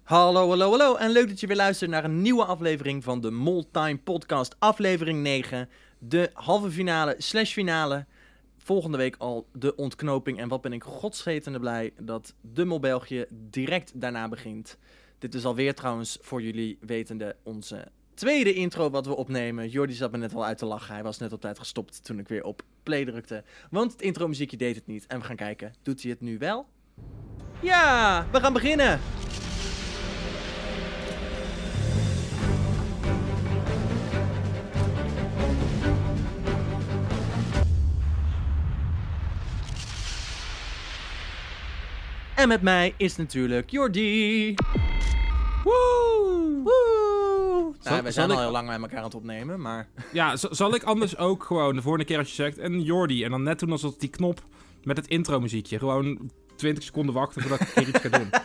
Hallo, hallo, hallo en leuk dat je weer luistert naar een nieuwe aflevering van de Moltime Podcast, aflevering 9. De halve finale / finale. Volgende week al de ontknoping en wat ben ik godsgetende blij dat de Mol België direct daarna begint. Dit is alweer trouwens voor jullie wetende onze tweede intro wat we opnemen. Jordi zat me net al uit te lachen, hij was net op tijd gestopt toen ik weer op play drukte. Want het intro muziekje deed het niet en we gaan kijken, doet hij het nu wel? Ja, we gaan beginnen! En met mij is natuurlijk Jordi. Woe! Woe! Zal- We zal zijn al ik- heel lang met elkaar aan het opnemen, maar... Ja, zal ik anders ook gewoon de volgende keer als je zegt en Jordi en dan net doen alsof die knop met het intro muziekje gewoon 20 seconden wachten voordat ik een keer iets ga doen.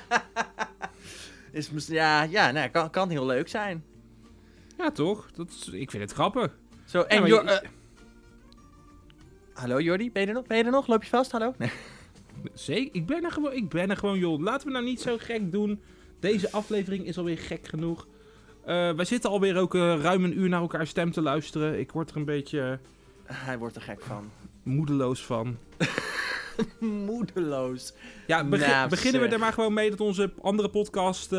Nee, kan heel leuk zijn. Ja, toch? Ik vind het grappig. Zo, en maar Hallo Jordi, ben je er nog? Loop je vast? Hallo? Nee. Zeker, ik ben er gewoon, joh. Laten we nou niet zo gek doen. Deze aflevering is alweer gek genoeg. Wij zitten alweer ook ruim een uur naar elkaar stem te luisteren. Ik word er een beetje Hij wordt er gek van. moedeloos van. Moedeloos. Ja, beginnen we zeg. er maar gewoon mee dat onze andere podcast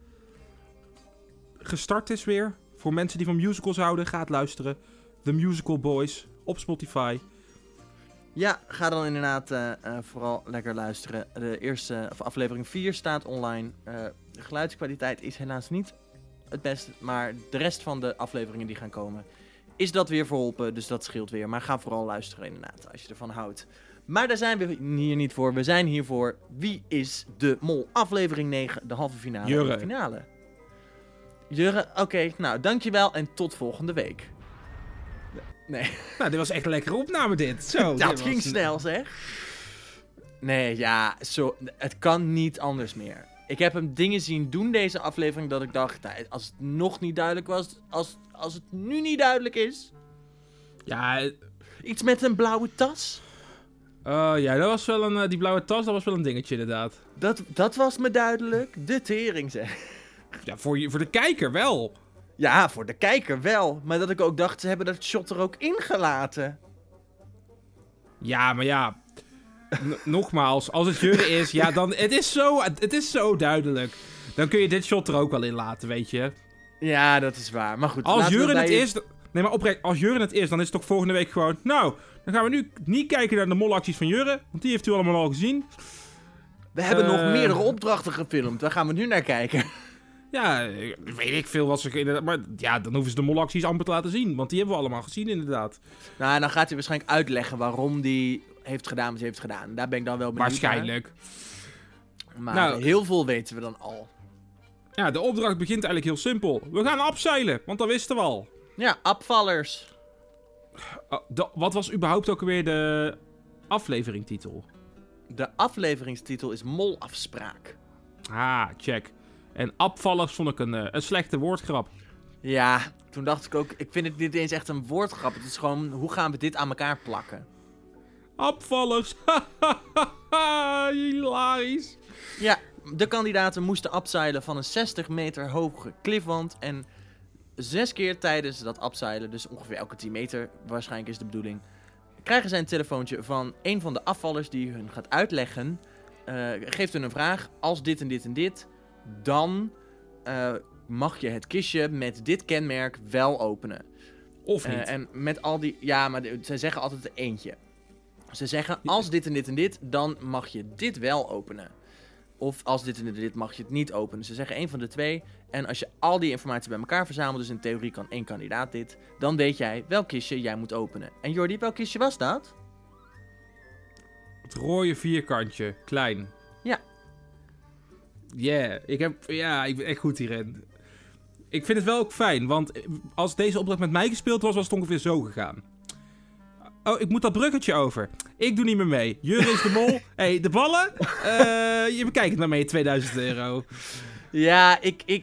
gestart is weer. Voor mensen die van musicals houden, ga het luisteren. The Musical Boys op Spotify. Ja, ga dan inderdaad vooral lekker luisteren. De eerste aflevering 4 staat online. De geluidskwaliteit is helaas niet het beste, maar de rest van de afleveringen die gaan komen is dat weer verholpen, dus dat scheelt weer. Maar ga vooral luisteren inderdaad, als je ervan houdt. Maar daar zijn we hier niet voor. We zijn hier voor Wie is de Mol? Aflevering 9, de halve finale. Jurre. En de finale. Jurre, oké, nou dankjewel en tot volgende week. Nee. Nou, dit was echt een lekkere opname dit. Zo, Dat dit ging was- snel, zeg. Nee, ja, het kan niet anders meer. Ik heb hem dingen zien doen deze aflevering dat ik dacht, nou, als het nog niet duidelijk was, als het nu niet duidelijk is. Ja, Iets met een blauwe tas. ja, dat was wel die blauwe tas, dat was wel een dingetje inderdaad. Dat was me duidelijk. De tering, zeg. Ja, voor de kijker wel. Ja, voor de kijker wel. Maar dat ik ook dacht, ze hebben dat shot er ook ingelaten. Ja, maar ja. Nogmaals, als het Jurre is, ja, dan... Het is zo duidelijk. Dan kun je dit shot er ook wel in laten, weet je. Ja, dat is waar. Maar goed, Als laten we Jurre bij het je- is... Nee, maar oprecht, als Jurre het is, dan is het toch volgende week gewoon... Nou, dan gaan we nu niet kijken naar de molacties van Jurre. Want die heeft u allemaal al gezien. We hebben nog Eh. meerdere opdrachten gefilmd. Daar gaan we nu naar kijken. Ja, weet ik veel wat ze... Inderdaad, maar ja, dan hoeven ze de molacties amper te laten zien. Want die hebben we allemaal gezien, inderdaad. Nou, dan gaat hij waarschijnlijk uitleggen waarom die heeft gedaan wat hij heeft gedaan. Daar ben ik dan wel benieuwd Waarschijnlijk. naar. Maar Nou. heel veel weten we dan al. Ja, de opdracht begint eigenlijk heel simpel. We gaan abseilen, want dat wisten we al. Ja, afvallers. Wat was überhaupt ook alweer de afleveringtitel? De afleveringstitel is Molafspraak. Ah, check. En abvallers vond ik een slechte woordgrap. Ja, toen dacht ik ook, ik vind het niet eens echt een woordgrap. Het is gewoon, hoe gaan we dit aan elkaar plakken? Abvallers. Hilarisch. Ja, de kandidaten moesten abseilen van een 60 meter hoge klifwand. En 6 keer tijdens dat abseilen, dus ongeveer elke 10 meter waarschijnlijk is de bedoeling, krijgen zij een telefoontje van een van de afvallers die hun gaat uitleggen. Geeft hun een vraag, als dit en dit en dit, dan mag je het kistje met dit kenmerk wel openen. Of niet. En met al die, ja, maar zij zeggen altijd er eentje. Ze zeggen, als dit en dit en dit, dan mag je dit wel openen. Of als dit en dit mag je het niet openen. Ze zeggen één van de twee. En als je al die informatie bij elkaar verzamelt, dus in theorie kan één kandidaat dit, dan weet jij welk kistje jij moet openen. En Jordi, welk kistje was dat? Het rode vierkantje. Klein. Ja. Yeah. Ik ben echt goed hierin. Ik vind het wel ook fijn, want als deze opdracht met mij gespeeld was, was het ongeveer zo gegaan. Oh, ik moet dat bruggetje over. Ik doe niet meer mee. Jurre is de mol. Hey, de ballen? Je bekijkt het maar mee, €2000. Ja,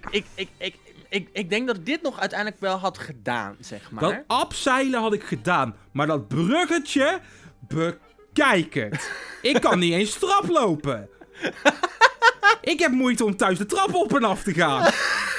ik denk dat ik dit nog uiteindelijk wel had gedaan, zeg maar. Dat abseilen had ik gedaan. Maar dat bruggetje, bekijk het. Ik kan niet eens trap lopen. Ik heb moeite om thuis de trap op en af te gaan.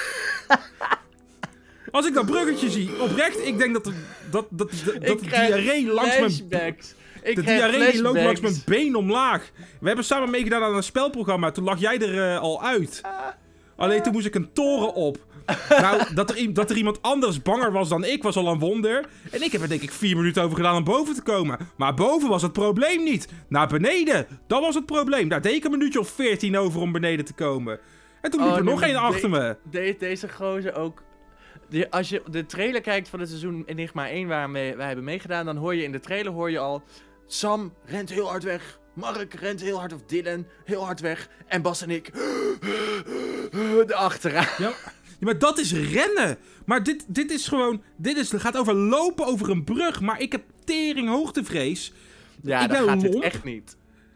Als ik dat bruggetje zie, oprecht, ik denk dat de diarree langs mijn... De diarree die loopt langs mijn been omlaag. We hebben samen meegedaan aan een spelprogramma. Toen lag jij er al uit. Alleen toen moest ik een toren op. Nou, dat er iemand anders banger was dan ik, was al een wonder. En ik heb er denk ik 4 minuten over gedaan om boven te komen. Maar boven was het probleem niet. Naar beneden, dat was het probleem. Daar deed ik een minuutje of 14 over om beneden te komen. En toen liep er nog één achter me. Deze gozer ook... Als je de trailer kijkt van het seizoen Enigma 1 waar wij hebben meegedaan, dan hoor je in de trailer al... Sam rent heel hard weg. Mark rent heel hard, of Dylan, heel hard weg. En Bas en ik... erachteraan. Ja, maar dat is rennen. Maar dit is gewoon... Het gaat over lopen over een brug. Maar ik heb hoogtevrees. Ja, dat gaat het echt niet.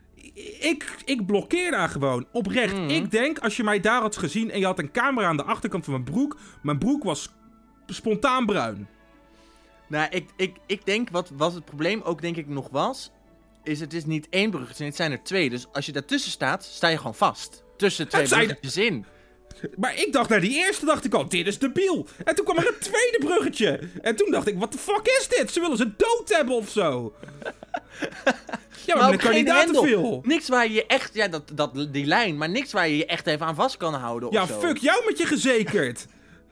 Ik blokkeer daar gewoon. Oprecht. Ik denk, als je mij daar had gezien en je had een camera aan de achterkant van mijn broek... Mijn broek was spontaan bruin. Nou, ik denk wat het probleem ook denk ik nog was... is het is niet 1 bruggetje, het zijn er 2. Dus als je daartussen staat, sta je gewoon vast. Tussen 2 bruggetjes in. Maar ik dacht, naar die eerste dacht ik al, dit is debiel. En toen kwam er een tweede bruggetje. En toen dacht ik, what the fuck is dit? Ze willen ze dood hebben of zo. Ja, maar met een kandidaat te veel. Niks waar je echt, ja, die lijn, maar niks waar je je echt even aan vast kan houden of ja, zo. Fuck jou met je gezekerd.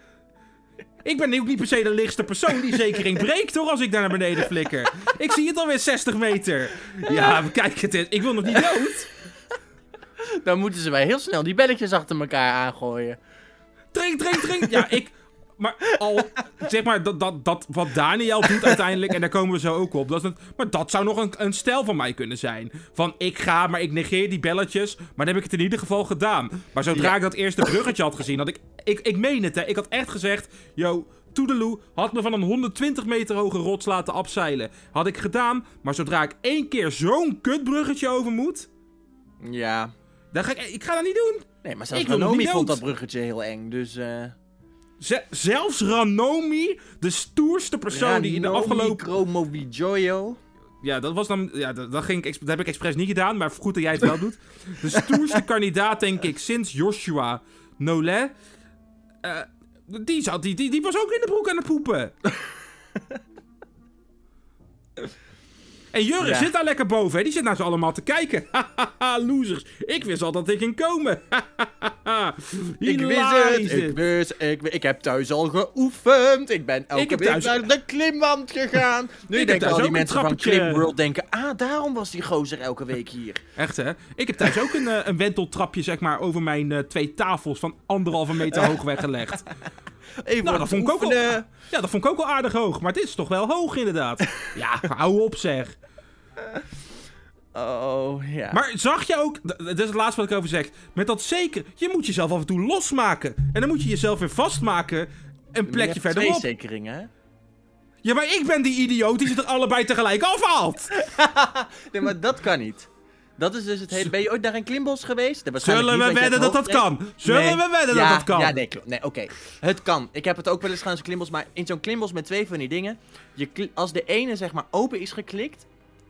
Ik ben ook niet per se de lichtste persoon die zekering breekt, hoor, als ik daar naar beneden flikker. Ik zie het alweer 60 meter. Ja, kijk het eens. Ik wil nog niet dood. Dan moeten ze wel heel snel die belletjes achter elkaar aangooien. Drink. Ja, maar zeg maar, dat wat Daniel doet uiteindelijk, en daar komen we zo ook op. Maar dat zou nog een stijl van mij kunnen zijn. Van, ik ga, maar ik negeer die belletjes. Maar dan heb ik het in ieder geval gedaan. Maar zodra ik dat eerste bruggetje had gezien, had ik meen het, hè. Ik had echt gezegd, yo, toedeloe, had me van een 120 meter hoge rots laten afzeilen. Had ik gedaan, maar zodra ik 1 keer zo'n kutbruggetje over moet... Ja. Dan ga ik ga dat niet doen. Nee, maar zelfs Ranomi vond dat bruggetje heel eng, dus... Zelfs Ranomi, de stoerste persoon die in de afgelopen... Ranomi Joyo. Ja, dat was dan... Ja, dat heb ik expres niet gedaan, maar goed dat jij het wel doet. De stoerste kandidaat, denk ik, sinds Joshua Nolet. Die was ook in de broek aan het poepen. En Jurre zit daar lekker boven, hè? Die zit naar ze allemaal te kijken. Hahaha, losers. Ik wist al dat ik ging komen. Ik wist het. Ik heb thuis al geoefend. Ik ben elke week naar de klimwand gegaan. Nu denken al die mensen van Klimworld denken... daarom was die gozer elke week hier. Echt, hè? Ik heb thuis ook een wenteltrapje, zeg maar, over mijn 2 tafels van 1,5 meter hoog weggelegd. Nou, dat vond ik ook wel aardig hoog. Maar het is toch wel hoog, inderdaad. Ja, hou op, zeg. Oh, ja. Maar zag je ook... Dat is het laatste wat ik over zeg. Met dat zeker... Je moet jezelf af en toe losmaken. En dan moet je jezelf weer vastmaken. Een plekje verderop. 2 zekeringen, hè? Ja, maar ik ben die idioot die ze er allebei tegelijk afhaalt. Nee, maar dat kan niet. Dat is dus het hele... Ben je ooit naar een klimbos geweest? Zullen we wedden dat dat kan? Zullen we wedden dat dat kan? Ja, nee, oké. Het kan. Ik heb het ook wel eens gedaan in zo'n klimbos. Maar in zo'n klimbos met 2 van die dingen... Als de ene, zeg maar, open is geklikt...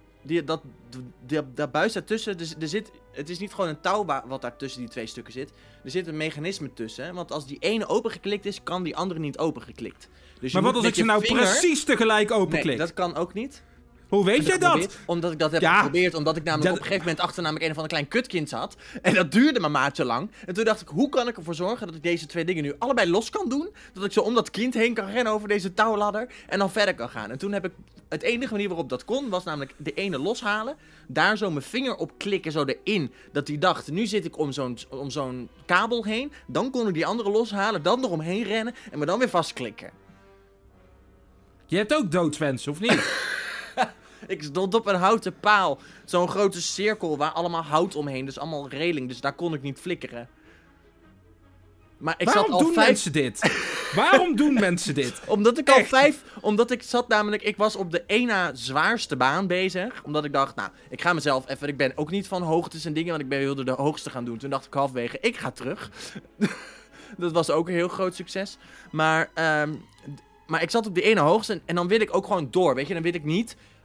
Dat buis daartussen... Het is niet gewoon een touw wat daar tussen die 2 stukken zit. Er zit een mechanisme tussen. Want als die ene open geklikt is... kan die andere niet open geklikt. Dus maar wat als ik ze nou precies tegelijk openklik? Nee, dat kan ook niet. Hoe weet jij dat? Omdat ik dat heb geprobeerd. Omdat ik namelijk op een gegeven moment achter namelijk een of ander klein kutkind zat. En dat duurde maar maatje lang. En toen dacht ik, hoe kan ik ervoor zorgen dat ik deze 2 dingen nu allebei los kan doen? Dat ik zo om dat kind heen kan rennen over deze touwladder. En dan verder kan gaan. En toen heb ik... Het enige manier waarop dat kon, was namelijk de ene loshalen. Daar zo mijn vinger op klikken, zo erin. Dat hij dacht, nu zit ik om zo'n kabel heen. Dan kon ik die andere loshalen, dan eromheen rennen. En me dan weer vastklikken. Je hebt ook doodswensen, of niet? Ik stond op een houten paal. Zo'n grote cirkel waar allemaal hout omheen. Dus allemaal reling. Dus daar kon ik niet flikkeren. Maar ik Waarom zat al doen 5... mensen dit? Waarom doen mensen dit? Omdat ik al 5... Omdat ik zat namelijk... Ik was op de 1 na zwaarste baan bezig. Omdat ik dacht, nou, ik ga mezelf even... Ik ben ook niet van hoogtes en dingen, want ik wilde de hoogste gaan doen. Toen dacht ik halverwege, ik ga terug. Dat was ook een heel groot succes. Maar ik zat op die ene hoogste en dan wil ik ook gewoon door, weet je. Dan wil ik niet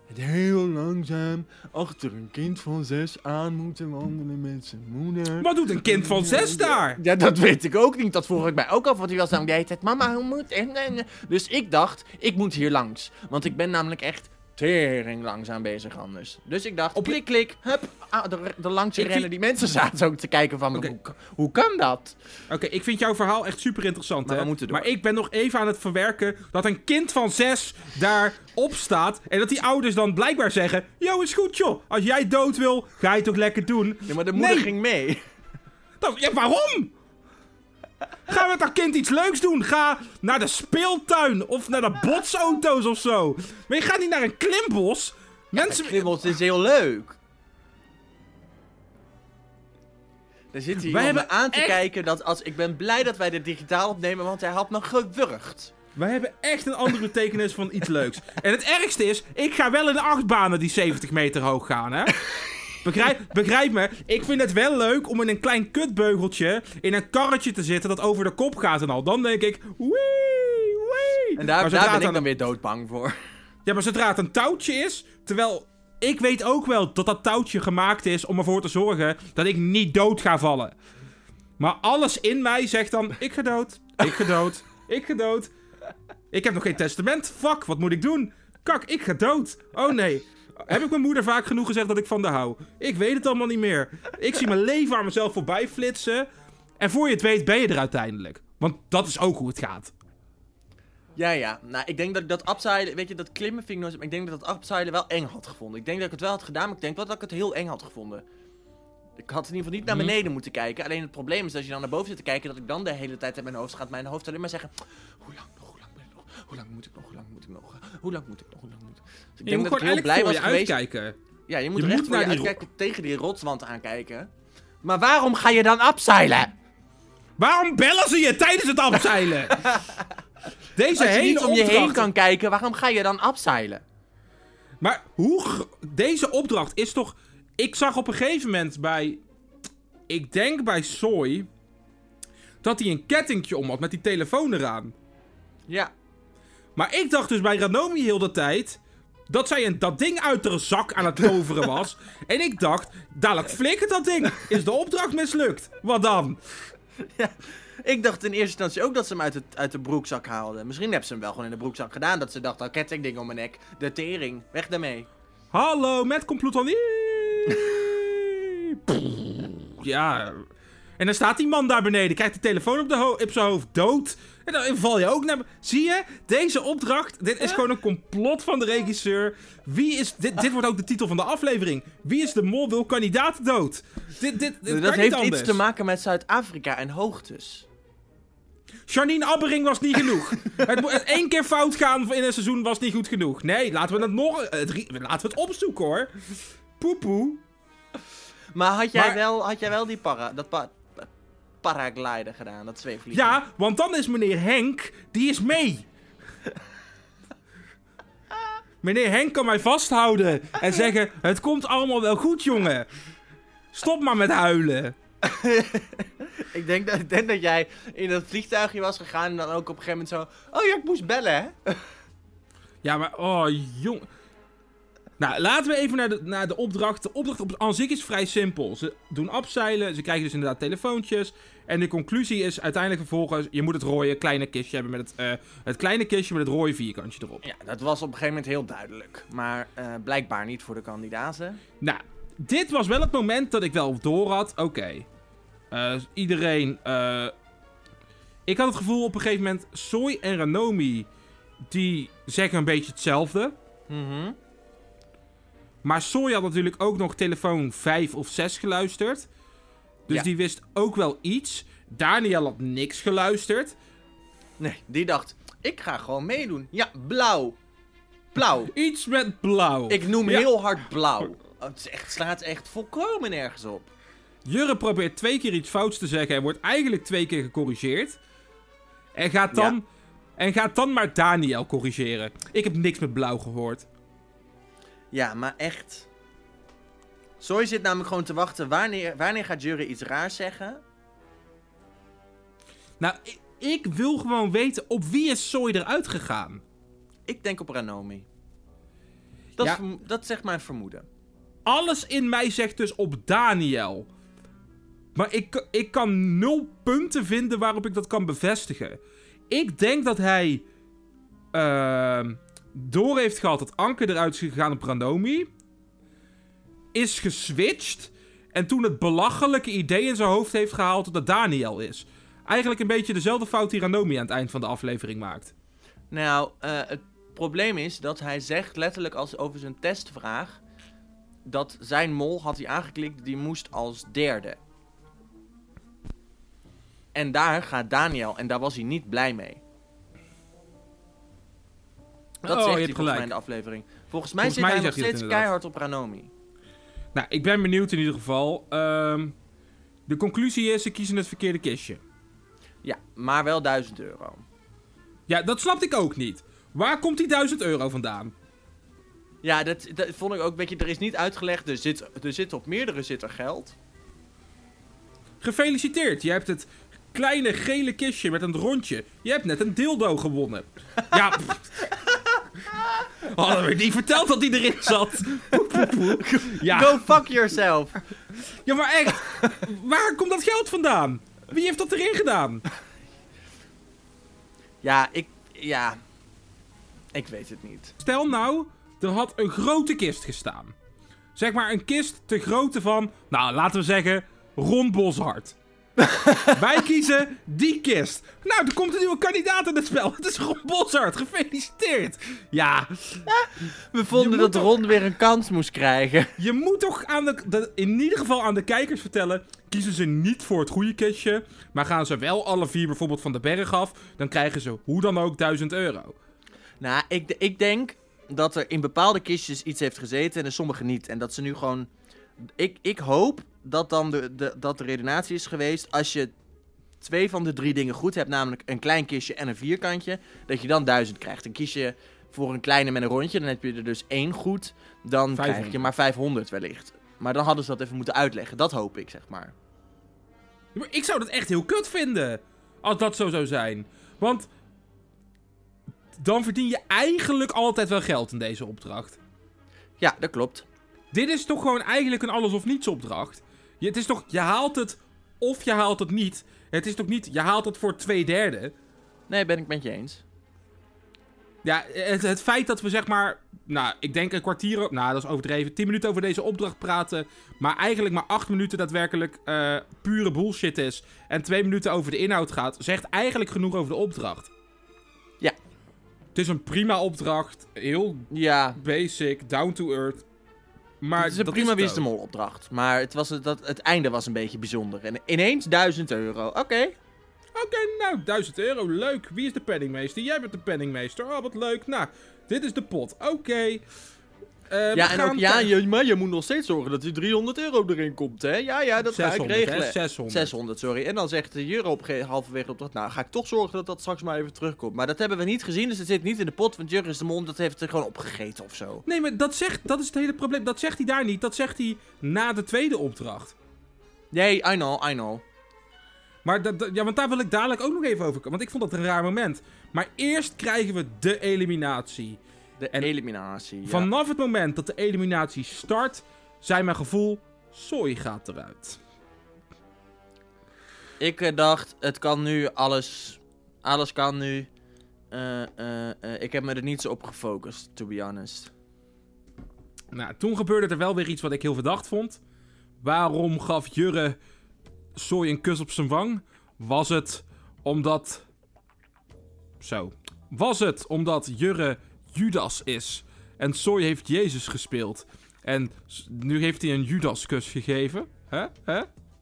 het heel langzaam achter een kind van 6 aan moeten wandelen met zijn moeder. Wat doet een kind van 6 daar? Ja, dat weet ik ook niet. Dat vroeg ik mij ook af, want hij was dan de hele tijd, mama, hoe moet... Dus ik dacht, ik moet hier langs. Want ik ben namelijk echt tering langzaam bezig anders. Dus ik dacht, klik, klik, hup, er langs rennen. Die mensen zaten ook te kijken van, hoe kan dat? Oké, ik vind jouw verhaal echt super interessant, Maar hè? we moeten door. Maar ik ben nog even aan het verwerken dat een kind van 6 daar op staat en dat die ouders dan blijkbaar zeggen, yo, is goed, joh. Als jij dood wil, ga je het ook lekker doen. Ja, maar de moeder ging mee. Ja, waarom? Ga met dat kind iets leuks doen. Ga naar de speeltuin of naar de botsauto's of zo. Maar je gaat niet naar een klimbos. Mensen... Klimbos is heel leuk. Daar zit hij iemand me aan te kijken dat als... Ik ben blij dat wij dit digitaal opnemen, want hij had me gewurgd. Wij hebben echt een andere betekenis van iets leuks. En het ergste is, ik ga wel in de achtbanen die 70 meter hoog gaan, hè. Begrijp me, ik vind het wel leuk om in een klein kutbeugeltje in een karretje te zitten dat over de kop gaat en al. Dan denk ik, wee. En daar ben ik dan weer doodbang voor. Ja, maar zodra het een touwtje is, terwijl ik weet ook wel dat dat touwtje gemaakt is om ervoor te zorgen dat ik niet dood ga vallen. Maar alles in mij zegt dan, ik ga dood, ik ga dood, ik ga dood. Ik heb nog geen testament, fuck, wat moet ik doen? Kak, ik ga dood. Oh nee. Heb ik mijn moeder vaak genoeg gezegd dat ik van de hou? Ik weet het allemaal niet meer. Ik zie mijn leven aan mezelf voorbij flitsen. En voor je het weet ben je er uiteindelijk. Want dat is ook hoe het gaat. Ja. Nou, ik denk dat ik dat abseilen... Weet je, dat klimmen vind ik nooit... Maar ik denk dat dat abseilen wel eng had gevonden. Ik denk dat ik het wel had gedaan, maar ik denk wel dat ik het heel eng had gevonden. Ik had in ieder geval niet naar beneden moeten kijken. Alleen het probleem is, als je dan naar boven zit te kijken... dat ik dan de hele tijd in mijn hoofd gaat mijn hoofd alleen maar zeggen... Hoe lang nog? Hoe lang moet ik nog? Dus ik denk dat ik heel blij was geweest. Uitkijken. Ja, je moet er echt voor je uitkijken, tegen die rotswand aankijken. Maar waarom ga je dan abseilen? Waarom bellen ze je tijdens het abseilen? Deze Als je hele niet om je opdracht... heen kan kijken, waarom ga je dan abseilen? Maar deze opdracht is toch... Ik zag op een gegeven moment bij... Ik denk bij Soy... dat hij een kettingje om had met die telefoon eraan. Ja. Maar ik dacht dus bij Ranomi heel de tijd... dat zij dat ding uit haar zak aan het toveren was. En ik dacht, dadelijk flikkert dat ding. Is de opdracht mislukt? Wat dan? Ja, ik dacht in eerste instantie ook dat ze hem uit de broekzak haalden. Misschien hebben ze hem wel gewoon in de broekzak gedaan. Dat ze dachten, kettingding om mijn nek. De tering, weg daarmee. Hallo, met complot van... Ja... En dan staat die man daar beneden, krijgt de telefoon op zijn hoofd, dood. En dan val je ook naar... Zie je? Deze opdracht, dit is gewoon een complot van de regisseur. Wie is... Dit wordt ook de titel van de aflevering. Wie is de mol wil kandidaat dood? Dit dat heeft iets te maken met Zuid-Afrika en hoogtes. Janine Abbering was niet genoeg. Het 1 keer fout gaan in een seizoen was niet goed genoeg. Nee, laten we het opzoeken, hoor. Poepoe. Maar had jij wel die paraglider gedaan, dat zweefvliegen? Ja, want dan is meneer Henk, die is mee. Meneer Henk kan mij vasthouden en zeggen, het komt allemaal wel goed, jongen. Stop maar met huilen. Ik denk dat jij in dat vliegtuigje was gegaan en dan ook op een gegeven moment zo... Oh ja, ik moest bellen, hè? Ja, maar, oh, jong... Nou, laten we even naar de opdracht. De opdracht aan zich is vrij simpel. Ze doen abseilen, ze krijgen dus inderdaad telefoontjes. En de conclusie is uiteindelijk vervolgens... Je moet het rode kleine kistje hebben met het kleine kistje met het rode vierkantje erop. Ja, dat was op een gegeven moment heel duidelijk. Maar blijkbaar niet voor de kandidaten. Nou, dit was wel het moment dat ik wel door had. Oké. Iedereen... Ik had het gevoel op een gegeven moment... Soy en Ranomi... Die zeggen een beetje hetzelfde. Mhm. Maar Soy had natuurlijk ook nog telefoon 5 of 6 geluisterd. Dus die wist ook wel iets. Daniel had niks geluisterd. Nee, die dacht, ik ga gewoon meedoen. Ja, blauw. Blauw. Iets met blauw. Ik noem heel hard blauw. Het slaat echt volkomen nergens op. Jurre probeert 2 keer iets fouts te zeggen en wordt eigenlijk 2 keer gecorrigeerd. En gaat dan maar Daniel corrigeren. Ik heb niks met blauw gehoord. Ja, maar echt. Soy zit namelijk gewoon te wachten. Wanneer gaat Jurre iets raars zeggen? Nou, ik wil gewoon weten op wie is Soy eruit gegaan. Ik denk op Ranomi. Dat zegt mijn vermoeden. Alles in mij zegt dus op Daniel. Maar ik kan 0 punten vinden waarop ik dat kan bevestigen. Ik denk dat hij door heeft gehad dat Anke eruit is gegaan op Ranomi. Is geswitcht. En toen het belachelijke idee in zijn hoofd heeft gehaald dat het Daniel is. Eigenlijk een beetje dezelfde fout die Ranomi aan het eind van de aflevering maakt. Nou, het probleem is dat hij zegt letterlijk over zijn testvraag... dat zijn mol had hij aangeklikt, die moest als derde. En daar gaat Daniel, en daar was hij niet blij mee. Dat zegt hij volgens mij in de aflevering. Volgens mij zit hij nog steeds keihard op Ranomi. Nou, ik ben benieuwd in ieder geval. De conclusie is, ze kiezen het verkeerde kistje. Ja, maar wel €1000. Ja, dat snapte ik ook niet. Waar komt die €1000 vandaan? Ja, dat vond ik ook, weet je, er is niet uitgelegd, er zit op meerdere zit er geld. Gefeliciteerd, je hebt het kleine gele kistje met een rondje. Je hebt net een dildo gewonnen. Ja, hadden we niet verteld dat die erin zat. Ja. Go fuck yourself. Ja, maar echt, waar komt dat geld vandaan? Wie heeft dat erin gedaan? Ja, ik weet het niet. Stel nou, er had een grote kist gestaan. Zeg maar een kist te grootte van, nou, laten we zeggen, Ron Boshart. Wij kiezen die kist. Nou, er komt een nieuwe kandidaat in het spel. Het is Ron Boshart. Gefeliciteerd. Ja. We vonden dat Ron weer een kans moest krijgen. Je moet toch in ieder geval aan de kijkers vertellen... kiezen ze niet voor het goede kistje... maar gaan ze wel alle 4 bijvoorbeeld van de berg af... dan krijgen ze hoe dan ook €1000. Nou, ik denk dat er in bepaalde kistjes iets heeft gezeten... en in sommige niet. En dat ze nu gewoon... Ik hoop dat dan dat de redenatie is geweest... als je 2 van de 3 dingen goed hebt... namelijk een klein kistje en een vierkantje... dat je dan 1000 krijgt. En kies je voor een kleine met een rondje... dan heb je er dus 1 goed... dan 500. Krijg je maar 500 wellicht. Maar dan hadden ze dat even moeten uitleggen. Dat hoop ik, zeg maar. Maar ik zou dat echt heel kut vinden... als dat zo zou zijn. Want... dan verdien je eigenlijk altijd wel geld in deze opdracht. Ja, dat klopt. Dit is toch gewoon eigenlijk een alles of niets opdracht. Het is toch, je haalt het of je haalt het niet. Het is toch niet, je haalt het voor 2/3. Nee, ben ik met je eens. Ja, het feit dat we zeg maar, nou, ik denk een kwartier, nou dat is overdreven, 10 minuten over deze opdracht praten. Maar eigenlijk maar 8 minuten daadwerkelijk pure bullshit is. En 2 minuten over de inhoud gaat, zegt eigenlijk genoeg over de opdracht. Ja. Het is een prima opdracht, heel basic, down to earth. Maar het is een prima Wie is de Mol opdracht. Maar het einde was een beetje bijzonder. En ineens €1000. Oké. Oké, nou, €1000, leuk. Wie is de penningmeester? Jij bent de penningmeester. Oh, wat leuk. Nou, dit is de pot. Oké. Ja, en ook, maar je moet nog steeds zorgen dat die €300 erin komt, hè? Ja, dat 600, ga ik regelen. 600, sorry. En dan zegt de Jurre halverwege op dat, nou, ga ik toch zorgen dat dat straks maar even terugkomt. Maar dat hebben we niet gezien, dus het zit niet in de pot, want Jurre is de Mol, dat heeft er gewoon opgegeten of zo. Nee, maar dat is het hele probleem. Dat zegt hij daar niet. Dat zegt hij na de tweede opdracht. Nee, I know. Maar want daar wil ik dadelijk ook nog even over komen, want ik vond dat een raar moment. Maar eerst krijgen we de eliminatie. Eliminatie, ja. Vanaf het moment dat de eliminatie start, zijn mijn gevoel, Soy gaat eruit. Ik dacht, het kan nu, alles kan nu. Ik heb me er niet zo op gefocust, to be honest. Nou, toen gebeurde er wel weer iets wat ik heel verdacht vond. Waarom gaf Jurre Soy een kus op zijn wang? Was het omdat Jurre Judas is en Soy heeft Jezus gespeeld en nu heeft hij een Judas-kus gegeven? Hè?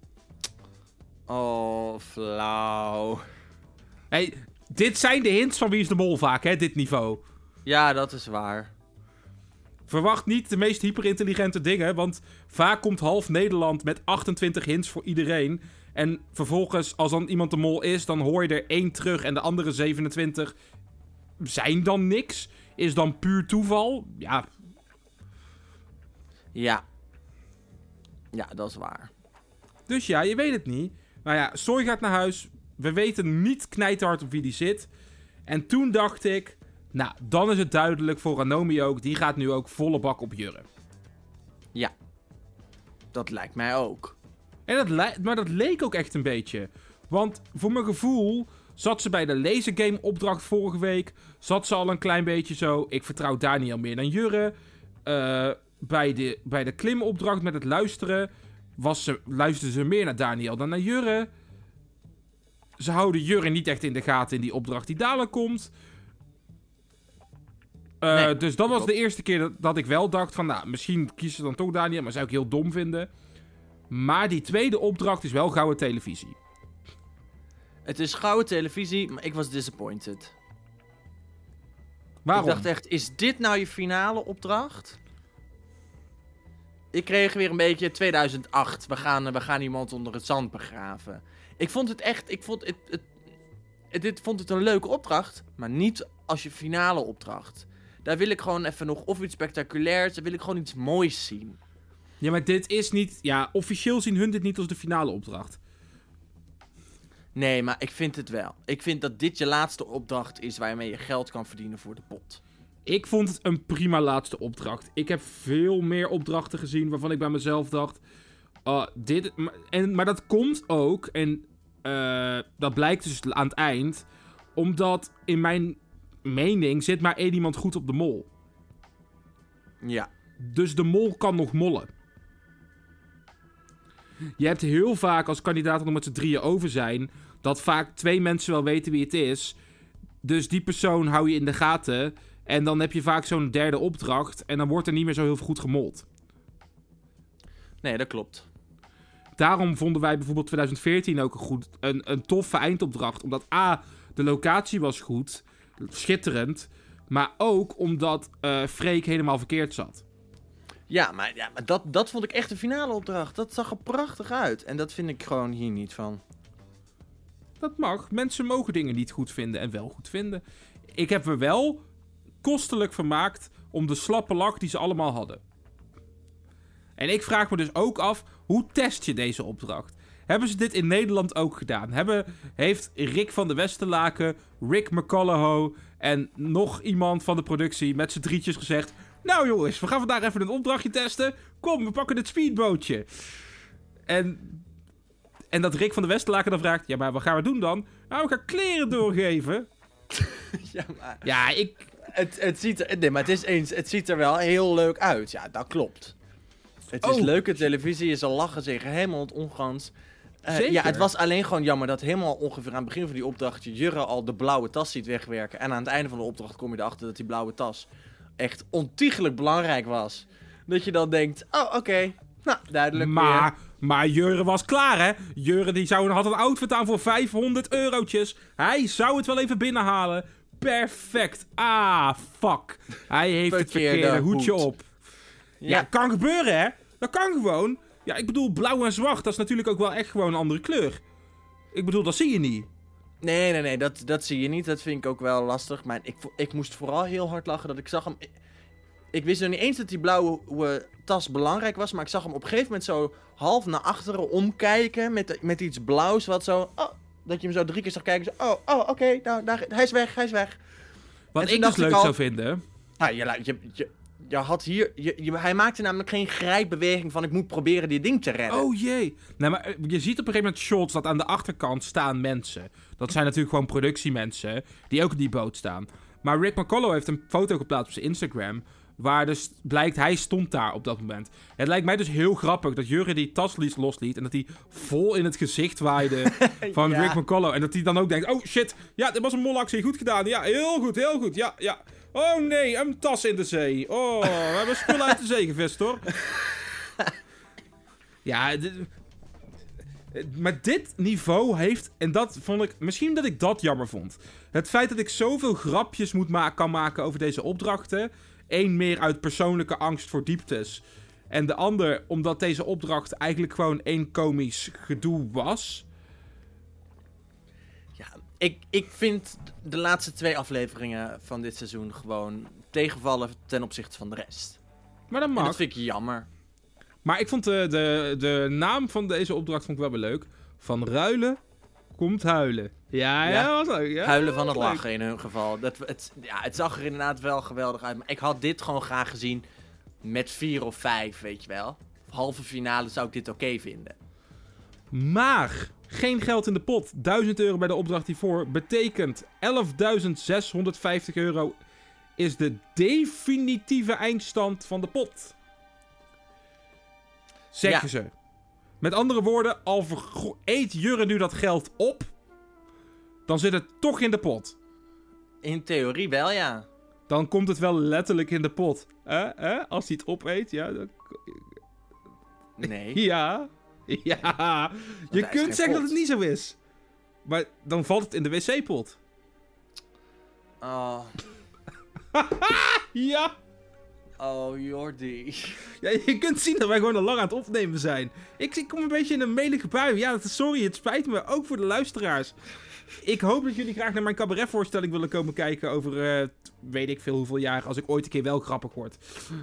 Oh, flauw. Hey, dit zijn de hints van Wie is de Mol vaak, hè, dit niveau. Ja, dat is waar. Verwacht niet de meest hyperintelligente dingen, want vaak komt half Nederland met 28 hints voor iedereen. En vervolgens, als dan iemand de mol is, dan hoor je er 1 terug en de andere 27 zijn dan niks. Is dan puur toeval? Ja. Ja, dat is waar. Dus ja, je weet het niet. Nou ja, Soy gaat naar huis. We weten niet knijterhard op wie die zit. En toen dacht ik, Nou, dan is het duidelijk voor Ranomi ook. Die gaat nu ook volle bak op Jurre. Ja. Dat lijkt mij ook. En maar dat leek ook echt een beetje. Want voor mijn gevoel zat ze bij de lasergame opdracht vorige week. Zat ze al een klein beetje zo. Ik vertrouw Daniel meer dan Jurre. Bij de klimopdracht met het luisteren luisterde ze meer naar Daniel dan naar Jurre. Ze houden Jurre niet echt in de gaten in die opdracht die dadelijk komt. Nee, dus dat was de eerste keer dat ik wel dacht van... Nou, misschien kiezen ze dan toch Daniel, maar zou ik heel dom vinden. Maar die tweede opdracht is wel gouden televisie. Het is gouden televisie, maar ik was disappointed. Waarom? Ik dacht echt, is dit nou je finale opdracht? Ik kreeg weer een beetje 2008. We gaan iemand onder het zand begraven. Ik vond het echt... Ik vond het een leuke opdracht, maar niet als je finale opdracht. Daar wil ik gewoon even nog of iets spectaculairs. Daar wil ik gewoon iets moois zien. Ja, maar dit is niet... Ja, officieel zien hun dit niet als de finale opdracht. Nee, maar ik vind het wel. Ik vind dat dit je laatste opdracht is waarmee je geld kan verdienen voor de pot. Ik vond het een prima laatste opdracht. Ik heb veel meer opdrachten gezien waarvan ik bij mezelf dacht... Maar dat komt ook, en dat blijkt dus aan het eind... Omdat in mijn mening zit maar één iemand goed op de mol. Ja. Dus de mol kan nog mollen. Je hebt heel vaak als kandidaten nog met z'n drieën over zijn... dat vaak 2 mensen wel weten wie het is. Dus die persoon hou je in de gaten... En dan heb je vaak zo'n derde opdracht... en dan wordt er niet meer zo heel goed gemold. Nee, dat klopt. Daarom vonden wij bijvoorbeeld 2014 ook een toffe eindopdracht. Omdat A, de locatie was goed, schitterend... maar ook omdat Freek helemaal verkeerd zat. Ja, maar dat vond ik echt een finale opdracht. Dat zag er prachtig uit. En dat vind ik gewoon hier niet van. Dat mag. Mensen mogen dingen niet goed vinden en wel goed vinden. Ik heb me wel... kostelijk vermaakt om de slappe lach die ze allemaal hadden. En ik vraag me dus ook af, hoe test je deze opdracht? Hebben ze dit in Nederland ook gedaan? Heeft Rick van de Westerlaken, Rick McCullough en nog iemand van de productie met z'n drietjes gezegd... Nou jongens, we gaan vandaag even een opdrachtje testen. Kom, we pakken het speedbootje. En dat Rick van de Westerlaken dan vraagt... Ja, maar wat gaan we doen dan? Nou, we gaan kleren doorgeven. Ja, maar... Ja, Het ziet er wel heel leuk uit. Ja, dat klopt. Het is leuke televisie. Ze lachen zich helemaal het ongans. Ja, het was alleen gewoon jammer dat helemaal ongeveer aan het begin van die opdracht... Jurre al de blauwe tas ziet wegwerken. En aan het einde van de opdracht kom je erachter dat die blauwe tas... echt ontiegelijk belangrijk was. Dat je dan denkt, oké. Nou, duidelijk Maar Jurre was klaar, hè? Jurre had een outfit aan voor 500 eurotjes. Hij zou het wel even binnenhalen... Perfect. Ah, fuck. Hij heeft het verkeerde hoedje op. Ja, kan gebeuren, hè? Dat kan gewoon. Ja, ik bedoel, blauw en zwart, dat is natuurlijk ook wel echt gewoon een andere kleur. Ik bedoel, dat zie je niet. Nee, dat zie je niet. Dat vind ik ook wel lastig. Maar ik moest vooral heel hard lachen dat ik zag hem... Ik wist nog niet eens dat die blauwe tas belangrijk was, maar ik zag hem op een gegeven moment zo half naar achteren omkijken met iets blauws wat zo... Dat je hem zo 3 keer zag kijken. Zo, oké, nou, hij is weg. Wat ik dus leuk zou vinden... Je had hier... hij maakte namelijk geen grijpbeweging van... ik moet proberen die ding te redden. Oh jee. Nou, maar je ziet op een gegeven moment shots dat aan de achterkant staan mensen. Dat zijn natuurlijk gewoon productiemensen... die ook op die boot staan. Maar Rick McCullough heeft een foto geplaatst op zijn Instagram... waar dus blijkt, hij stond daar op dat moment. Het lijkt mij dus heel grappig dat Jurre die tas losliet... en dat hij vol in het gezicht waaide van Rick McCullough. En dat hij dan ook denkt, oh shit, ja, dit was een molactie, goed gedaan. Ja, heel goed, ja. Oh nee, een tas in de zee. Oh, we hebben spullen uit de zee gevist, hoor. Ja, maar dit niveau heeft... En dat vond ik... Misschien dat ik dat jammer vond. Het feit dat ik zoveel grapjes kan maken over deze opdrachten... Eén meer uit persoonlijke angst voor dieptes. En de ander omdat deze opdracht eigenlijk gewoon één komisch gedoe was. Ja, ik vind de laatste 2 afleveringen van dit seizoen gewoon tegenvallen ten opzichte van de rest. Maar dat mag. En dat vind ik jammer. Maar ik vond de naam van deze opdracht vond ik wel weer leuk. Van ruilen komt huilen. Ja, Ja. dat was leuk. Ja, Huilen van dat het was leuk. lachen in hun geval. Het zag er inderdaad wel geweldig uit. Maar ik had dit gewoon graag gezien met 4 of 5, weet je wel. Halve finale zou ik dit oké vinden. Maar geen geld in de pot. €1000 bij de opdracht hiervoor betekent €11.650 is de definitieve eindstand van de pot. Zeggen ze. Met andere woorden, al eet Jurre nu dat geld op, dan zit het toch in de pot. In theorie wel, ja. Dan komt het wel letterlijk in de pot. Als hij het opeet, ja. Nee. Ja. Ja. Je is geen kunt zeggen pot. dat het niet zo is. Maar dan valt het in de wc-pot. Oh, Ja. oh Jordi. Ja, je kunt zien dat wij gewoon al lang aan het opnemen zijn. Ik kom een beetje in een melige bui. Ja, sorry, het spijt me. Ook voor de luisteraars. Ik hoop dat jullie graag naar mijn cabaretvoorstelling willen komen kijken over weet ik veel hoeveel jaar, als ik ooit een keer wel grappig word.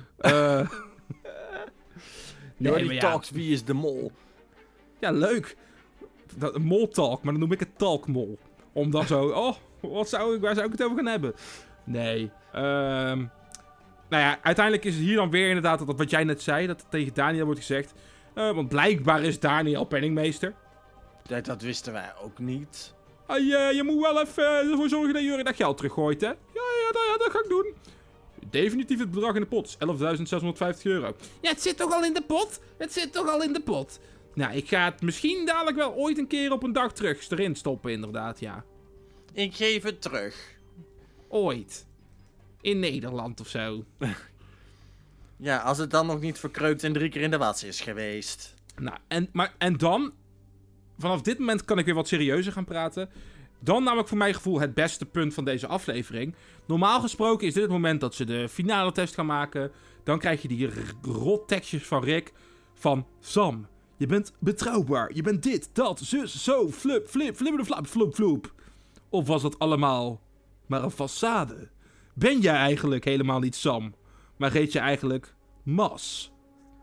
Jordi maar ja. talks, wie is de mol? Ja, leuk. Mol-talk, maar dan noem ik het talkmol. Omdat zo, waar zou ik het over gaan hebben? Nee. Nou ja, uiteindelijk is het hier dan weer inderdaad dat wat jij net zei, dat er tegen Daniel wordt gezegd. Want blijkbaar is Daniel penningmeester. Dat wisten wij ook niet. Je moet wel even ervoor zorgen dat Jurre dat geld teruggooit, hè? Ja, dat ga ik doen. Definitief het bedrag in de pot. €11.650. Ja, het zit toch al in de pot? Het zit toch al in de pot? Nou, ik ga het misschien dadelijk wel ooit een keer op een dag terug erin stoppen, inderdaad, ja. Ik geef het terug. Ooit. In Nederland of zo. Ja, als het dan nog niet verkreukt en 3 keer in de was is geweest. Nou, en dan... Vanaf dit moment kan ik weer wat serieuzer gaan praten. Dan namelijk voor mijn gevoel het beste punt van deze aflevering. Normaal gesproken is dit het moment dat ze de finale test gaan maken. Dan krijg je die rottekstjes van Rick. Van Sam, je bent betrouwbaar. Je bent dit, dat, zus, zo, flup, flip, flipperdeflap, floep, floep. Of was dat allemaal maar een façade? Ben jij eigenlijk helemaal niet Sam? Maar heet je eigenlijk Mas?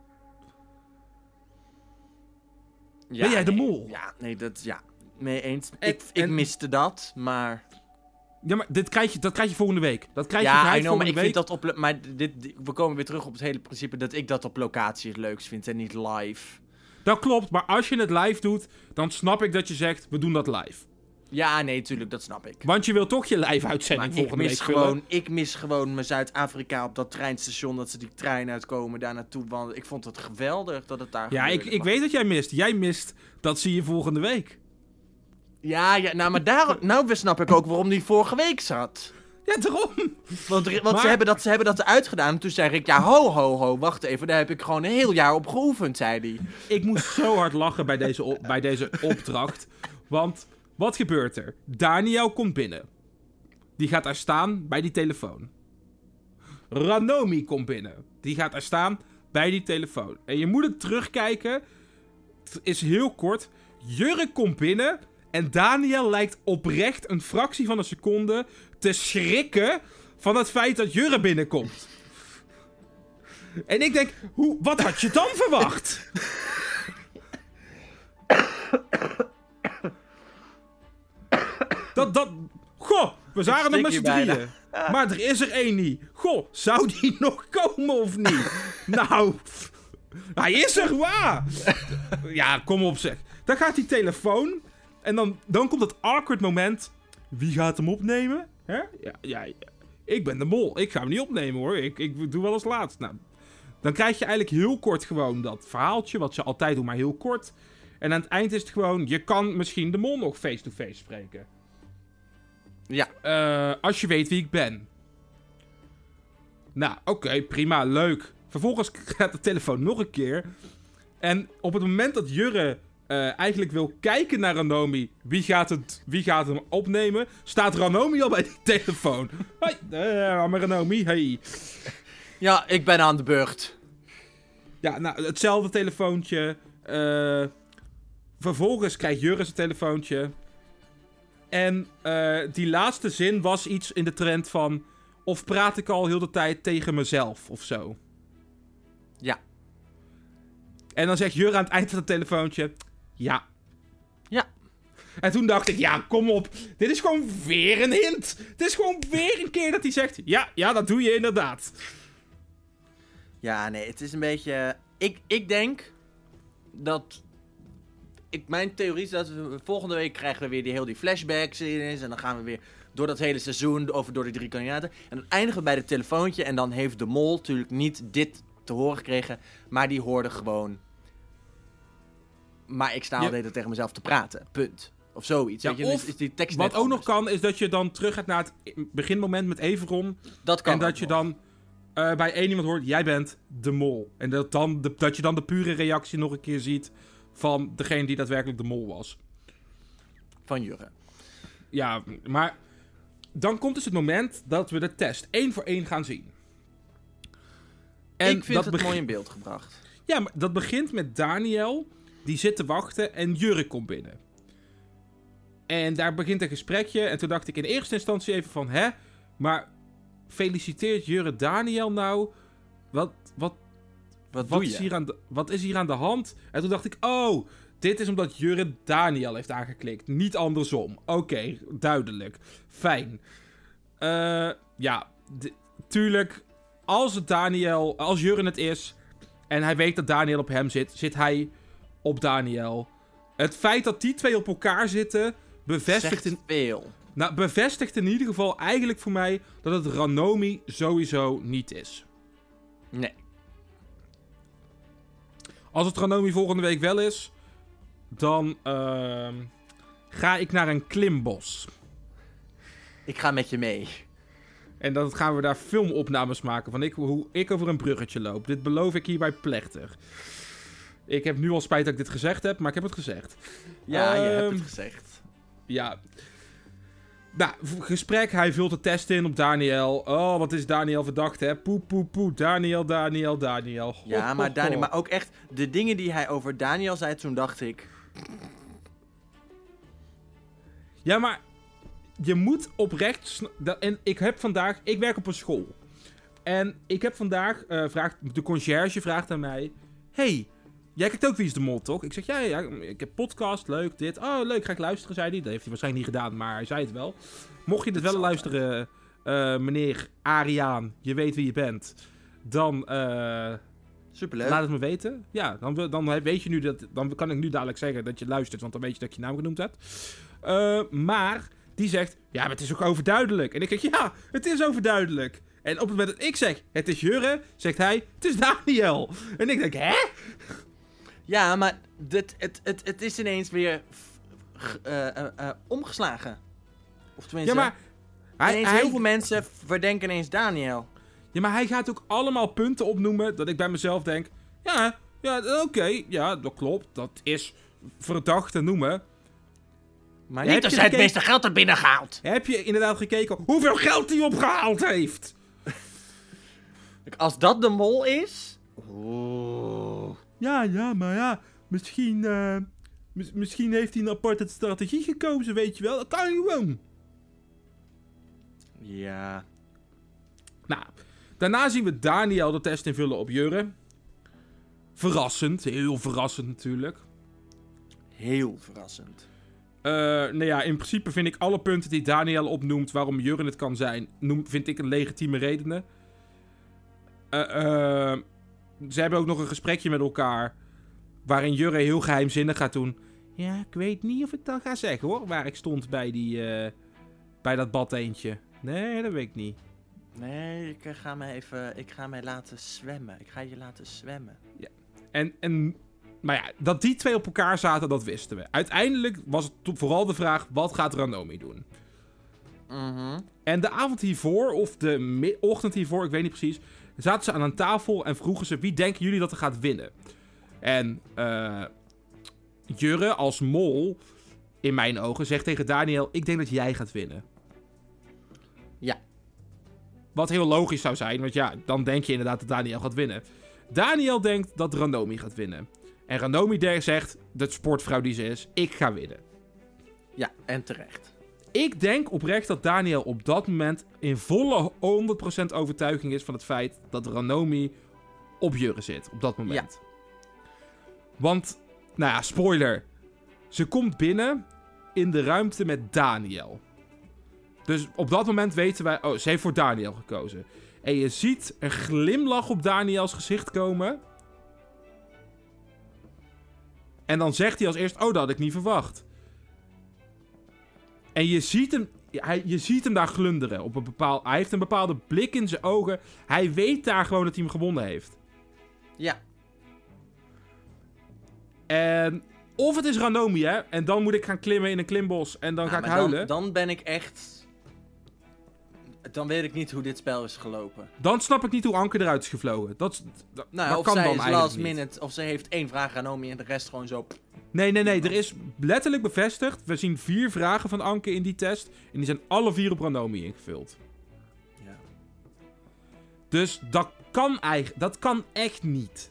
Ja, Ben jij de nee. mol? Ja, nee, dat mee eens. En- Ik miste dat, maar... Ja, maar dat krijg je volgende week. Dat krijg je Ja, geheid I know, maar volgende ik week. vind dat maar we komen weer terug op het hele principe dat ik dat op locatie het leukst vind en niet live. Dat klopt, maar als je het live doet, dan snap ik dat je zegt, we doen dat live. Ja, nee, tuurlijk, dat snap ik. Want je wil toch je live-uitzending Maar volgende week vullen. ik mis gewoon mijn Zuid-Afrika op dat treinstation, dat ze die trein uitkomen, daar naartoe wandelen. Ik vond het geweldig dat het daar Ja, gebeurde, ik maar- weet dat jij mist. Jij mist, dat zie je volgende week. Ja, nou, maar nou snap ik ook waarom die vorige week zat. Ja, daarom. Want Maar- ze hebben dat eruit gedaan. En toen zei ik, ja, ho, wacht even. Daar heb ik gewoon een heel jaar op geoefend, zei hij. Ik moest zo hard lachen bij deze opdracht. Want, wat gebeurt er? Daniel komt binnen. Die gaat daar staan bij die telefoon. Ranomi komt binnen. Die gaat daar staan bij die telefoon. En je moet het terugkijken. Het is heel kort. Jurre komt binnen. En Daniel lijkt oprecht een fractie van een seconde te schrikken van het feit dat Jurre binnenkomt. En ik denk, wat had je dan verwacht? Goh, we zagen er met z'n stik je bijna. drieën. Maar er is er één niet. Goh, zou die nog komen of niet? Nou, hij is er, waar. Ja, kom op zeg. Dan gaat die telefoon. En dan komt het awkward moment. Wie gaat hem opnemen? Hè? Ja, ik ben de mol. Ik ga hem niet opnemen hoor. Ik doe wel als laatst. Nou, dan krijg je eigenlijk heel kort gewoon dat verhaaltje. Wat ze altijd doen, maar heel kort. En aan het eind is het gewoon... Je kan misschien de mol nog face-to-face spreken. Ja. Als je weet wie ik ben. Nou, oké, prima, leuk. Vervolgens gaat de telefoon nog een keer. En op het moment dat Jurre eigenlijk wil kijken naar Ranomi... Wie gaat hem opnemen? Staat Ranomi al bij die telefoon. Hoi, maar Ranomi, hey. Ja, ik ben aan de beurt. Ja, nou, hetzelfde telefoontje. Vervolgens krijgt Jurre zijn telefoontje. En die laatste zin was iets in de trend van... Of praat ik al heel de tijd tegen mezelf, of zo. Ja. En dan zegt Jurre aan het eind van het telefoontje... Ja. Ja. En toen dacht ik, ja, kom op. Dit is gewoon weer een hint. Het is gewoon weer een keer dat hij zegt, ja, dat doe je inderdaad. Ja, nee, het is een beetje... Ik denk dat... Mijn theorie is dat we volgende week krijgen we weer die flashbacks in. En dan gaan we weer door dat hele seizoen door die 3 kandidaten. En dan eindigen we bij het telefoontje. En dan heeft de mol natuurlijk niet dit te horen gekregen. Maar die hoorde gewoon... Maar ik sta al de hele tijd tegen mezelf te praten. Punt. Of zoiets. Ja, weet je? of is die tekst wat net ook anders. nog kan, is dat je dan terug gaat naar het beginmoment met Everon. Dat kan En dat ook je nog. dan bij één iemand hoort, jij bent de mol. En dat je dan de pure reactie nog een keer ziet van degene die daadwerkelijk de mol was. Van Jurre. Ja, maar dan komt dus het moment dat we de test 1 voor 1 gaan zien. En Ik vind het mooi in beeld gebracht. Ja, maar dat begint met Daniel, die zit te wachten en Jurre komt binnen. En daar begint een gesprekje en toen dacht ik in eerste instantie even van, maar feliciteert Jurre Daniel nou? Wat is hier aan de hand? En toen dacht ik, oh, dit is omdat Jurre Daniel heeft aangeklikt. Niet andersom. Oké, duidelijk. Fijn. Tuurlijk, als Jurre het is en hij weet dat Daniel op hem zit, zit hij op Daniel. Het feit dat die twee op elkaar zitten, bevestigt in ieder geval eigenlijk voor mij dat het Ranomi sowieso niet is. Nee. Als het Ranomi volgende week wel is, dan ga ik naar een klimbos. Ik ga met je mee. En dan gaan we daar filmopnames maken van hoe ik over een bruggetje loop. Dit beloof ik hierbij plechtig. Ik heb nu al spijt dat ik dit gezegd heb, maar ik heb het gezegd. Ja, je hebt het gezegd. Ja. Nou, gesprek. Hij vult de test in op Daniel. Oh, wat is Daniel verdacht, hè? Poe. Daniel. Ja, maar Daniel, maar ook echt de dingen die hij over Daniel zei, toen dacht ik... Ja, maar je moet oprecht... En ik werk op een school. En ik heb vandaag... de conciërge vraagt aan mij... Hey, jij kijkt ook Wie is de Mol, toch? Ik zeg, ja, ik heb podcast, leuk, dit. Oh, leuk, ga ik luisteren, zei hij. Dat heeft hij waarschijnlijk niet gedaan, maar hij zei het wel. Mocht je dit wel luisteren, meneer Ariaan, je weet wie je bent. Dan Superleuk. laat het me weten. Ja, dan weet je nu dat... Dan kan ik nu dadelijk zeggen dat je luistert, want dan weet je dat ik je naam genoemd hebt. Maar die zegt, ja, maar het is ook overduidelijk. En ik zeg, ja, het is overduidelijk. En op het moment dat ik zeg, het is Jurre, zegt hij, het is Daniel. En ik denk, hè? Ja, maar het is ineens weer omgeslagen. Of tenminste... Ja, maar heel veel mensen verdenken ineens Daniel. Ja, maar hij gaat ook allemaal punten opnoemen dat ik bij mezelf denk, oké, dat klopt. Dat is verdacht te noemen. Maar niet als hij het meeste geld er binnen gehaald. Heb je inderdaad gekeken hoeveel geld hij opgehaald heeft? Als dat de mol is... Oh. Ja, maar ja, misschien heeft hij een aparte strategie gekozen, weet je wel. Dat kan gewoon. Ja. Nou, daarna zien we Daniel de test invullen op Jurre. Verrassend, heel verrassend natuurlijk. Heel verrassend. In principe vind ik alle punten die Daniel opnoemt waarom Jurre het kan zijn, vind ik een legitieme redenen. Ze hebben ook nog een gesprekje met elkaar waarin Jurre heel geheimzinnig gaat doen. Ja, ik weet niet of ik dat ga zeggen hoor, waar ik stond bij dat badeentje. Nee, dat weet ik niet. Nee, ik ga mij laten zwemmen. Ik ga je laten zwemmen. Ja. Maar ja, dat die twee op elkaar zaten, dat wisten we. Uiteindelijk was het vooral de vraag, wat gaat Ranomi doen? Mhm. En de avond hiervoor, of de ochtend hiervoor, ik weet niet precies, zaten ze aan een tafel en vroegen ze, wie denken jullie dat er gaat winnen? En Jurre als mol, in mijn ogen, zegt tegen Daniel, ik denk dat jij gaat winnen. Ja. Wat heel logisch zou zijn, want ja, dan denk je inderdaad dat Daniel gaat winnen. Daniel denkt dat Ranomi gaat winnen. En Ranomi zegt, de sportvrouw die ze is, ik ga winnen. Ja, en terecht. Ik denk oprecht dat Daniel op dat moment in volle 100% overtuiging is van het feit dat Ranomi op Jurre zit. Op dat moment. Ja. Want, nou ja, spoiler. Ze komt binnen in de ruimte met Daniel. Dus op dat moment weten wij... Oh, ze heeft voor Daniel gekozen. En je ziet een glimlach op Daniels gezicht komen. En dan zegt hij als eerst... Oh, dat had ik niet verwacht. En je ziet hem... Je ziet hem daar glunderen. Hij heeft een bepaalde blik in zijn ogen. Hij weet daar gewoon dat hij hem gewonnen heeft. Ja. En... Of het is Ranomi, hè. En dan moet ik gaan klimmen in een klimbos. En dan ga ik huilen. Dan ben ik echt... Dan weet ik niet hoe dit spel is gelopen. Dan snap ik niet hoe Anke eruit is gevlogen. Dat of kan zij dan is eigenlijk last niet. minute, of ze heeft 1 vraag Ranomi en de rest gewoon zo... Nee. Er is letterlijk bevestigd. We zien 4 vragen van Anke in die test. En die zijn alle 4 op Ranomi ingevuld. Ja. Dus dat kan echt niet.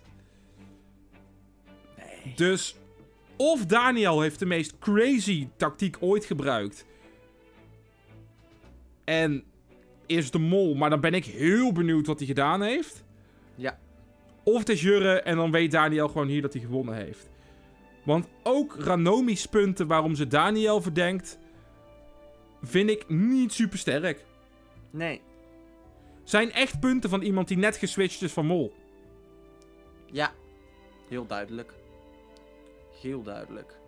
Nee. Dus... Of Daniel heeft de meest crazy tactiek ooit gebruikt. En is de mol, maar dan ben ik heel benieuwd wat hij gedaan heeft. Ja. Of het is Jurre en dan weet Daniel gewoon hier dat hij gewonnen heeft. Want ook Ranomi's punten waarom ze Daniel verdenkt... vind ik niet super sterk. Nee. Zijn echt punten van iemand die net geswitcht is van mol. Ja. Heel duidelijk. Heel duidelijk.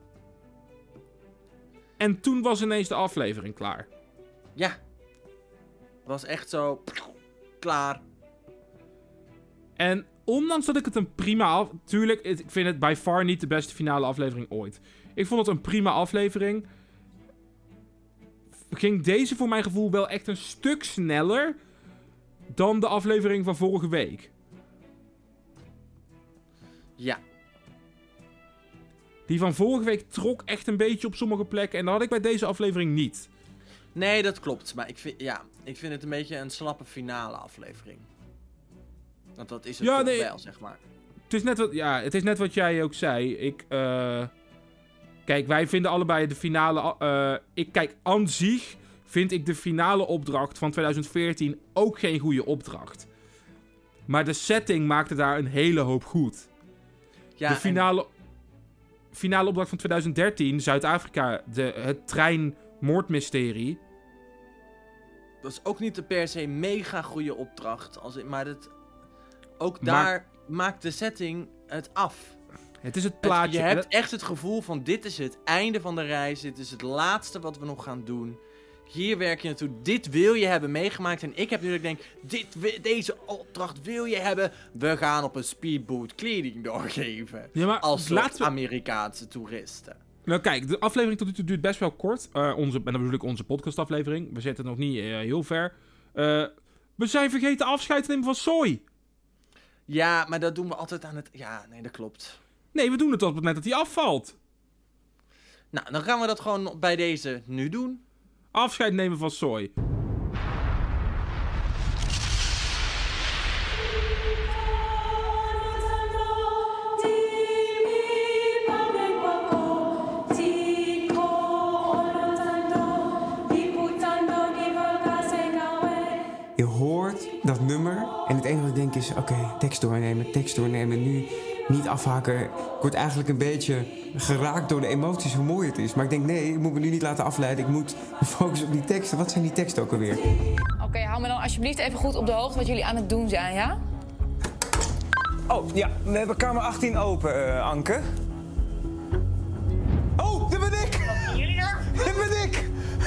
En toen was ineens de aflevering klaar. Ja. Was echt zo... Klaar. En ondanks dat ik het een prima... Tuurlijk, ik vind het by far niet de beste finale aflevering ooit. Ik vond het een prima aflevering. Ging deze voor mijn gevoel wel echt een stuk sneller... dan de aflevering van vorige week. Ja. Die van vorige week trok echt een beetje op sommige plekken. En dat had ik bij deze aflevering niet. Nee, dat klopt. Maar ik vind het een beetje een slappe finale aflevering. Want dat is het toch wel, zeg maar. Het is net wat jij ook zei. Kijk, wij vinden allebei de finale... aan zich vind ik de finale opdracht van 2014 ook geen goede opdracht. Maar de setting maakte daar een hele hoop goed. Ja, de finale opdracht van 2013, Zuid-Afrika, het treinmoordmysterie. Dat is ook niet de per se mega goede opdracht. Daar maakt de setting het af. Het is het plaatje. Je hebt echt het gevoel van dit is het einde van de reis. Dit is het laatste wat we nog gaan doen. Hier werk je naartoe. Dit wil je hebben meegemaakt. En ik heb nu dat ik denk, deze opdracht wil je hebben. We gaan op een speedboot kleding doorgeven. Ja, maar als soort Amerikaanse toeristen. Nou kijk, de aflevering tot nu toe duurt best wel kort. En dan bedoel ik onze podcastaflevering. We zitten nog niet heel ver. We zijn vergeten afscheid te nemen van Soy. Ja, maar dat doen we altijd aan het... Ja, nee, dat klopt. Nee, we doen het op het moment dat hij afvalt. Nou, dan gaan we dat gewoon bij deze nu doen. Afscheid nemen van Soy. Je hoort dat nummer en het enige wat ik denk is... Oké, tekst doornemen, nu niet afhaken. Ik word eigenlijk een beetje geraakt door de emoties, hoe mooi het is. Maar ik denk, nee, ik moet me nu niet laten afleiden. Ik moet focussen op die teksten. Wat zijn die teksten ook alweer? Oké, hou me dan alsjeblieft even goed op de hoogte wat jullie aan het doen zijn, ja? Oh, ja, we hebben kamer 18 open, Anke. Oh, dit ben ik! Wat doen jullie daar? Dit ben ik!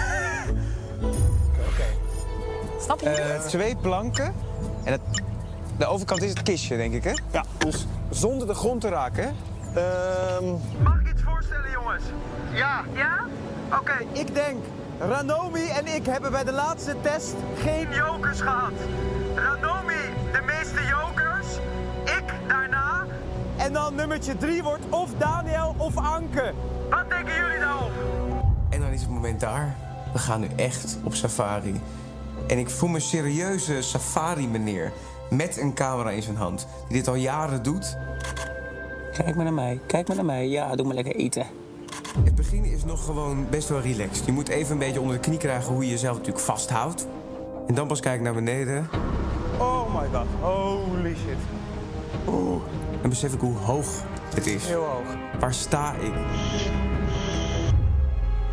Snap je? 2 planken. En de overkant is het kistje, denk ik, hè? Ja. Dus zonder de grond te raken. Mag ik iets voorstellen, jongens? Ja. Ja? Oké, ik denk... Ranomi en ik hebben bij de laatste test geen jokers gehad. Ranomi de meeste jokers. Ik daarna. En dan nummertje 3 wordt of Daniel of Anke. Wat denken jullie daarop? En dan is het moment daar. We gaan nu echt op safari. En ik voel me een serieuze safari-meneer. Met een camera in zijn hand. Die dit al jaren doet. Kijk maar naar mij. Ja, doe maar lekker eten. Het begin is nog gewoon best wel relaxed. Je moet even een beetje onder de knie krijgen hoe je jezelf natuurlijk vasthoudt. En dan pas kijken naar beneden. Oh my god, holy shit. Oeh. En besef ik hoe hoog het is. Heel hoog. Waar sta ik?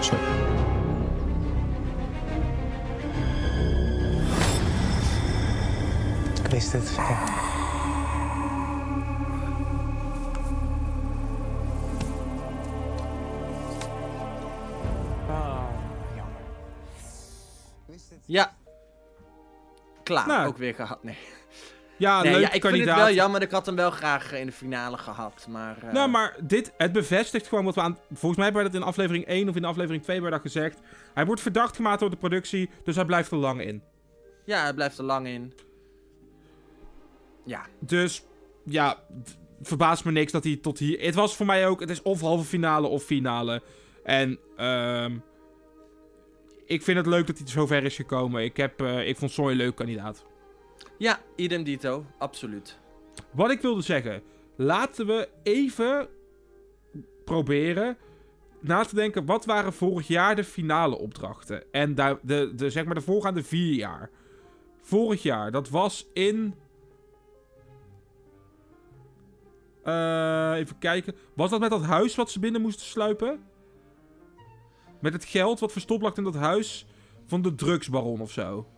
Zo. Ik wist het. Ja. Ja. Klaar, Nou. ook weer gehad. Nee. Ja, Nee, leuk ja, ik kandidaat. vind het wel jammer. Ik had hem wel graag in de finale gehad. Maar, Nou, maar het bevestigt gewoon wat we aan... Volgens mij werd het in aflevering 1 of in aflevering 2 werd dat gezegd. Hij wordt verdacht gemaakt door de productie, dus hij blijft er lang in. Ja, hij blijft er lang in. Ja. Dus, ja, verbaast me niks dat hij tot hier... Het was voor mij ook... Het is of halve finale of finale. En, ik vind het leuk dat hij zo ver is gekomen. Ik vond Soy een leuk kandidaat. Ja, idem dito. Absoluut. Wat ik wilde zeggen. Laten we even proberen na te denken. Wat waren vorig jaar de finale opdrachten? En zeg maar de voorgaande 4 jaar. Vorig jaar, dat was in... even kijken. Was dat met dat huis wat ze binnen moesten sluipen? Met het geld wat verstopt lag in dat huis van de drugsbaron of zo.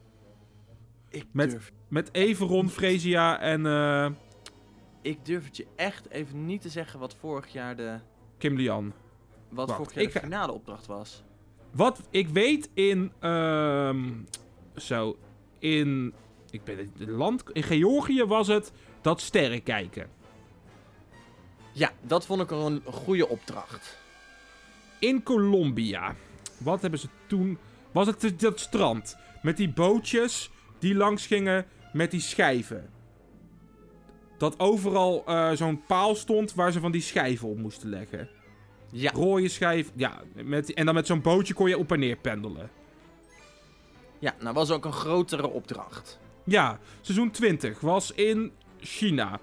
Met Everon, Fresia en... Ik durf het je echt even niet te zeggen wat vorig jaar de... Kim Lian. Wat Wacht, vorig jaar de finale opdracht was. Wat ik weet in... in Georgië was het dat sterren kijken. Ja, dat vond ik een goede opdracht. In Colombia. Wat hebben ze toen... Was het dat strand. Met die bootjes die langs gingen met die schijven. Dat overal zo'n paal stond waar ze van die schijven op moesten leggen. Ja. Rode schijf. Ja, en dan met zo'n bootje kon je op en neer pendelen. Ja, nou was ook een grotere opdracht. Ja, seizoen 20 was in China.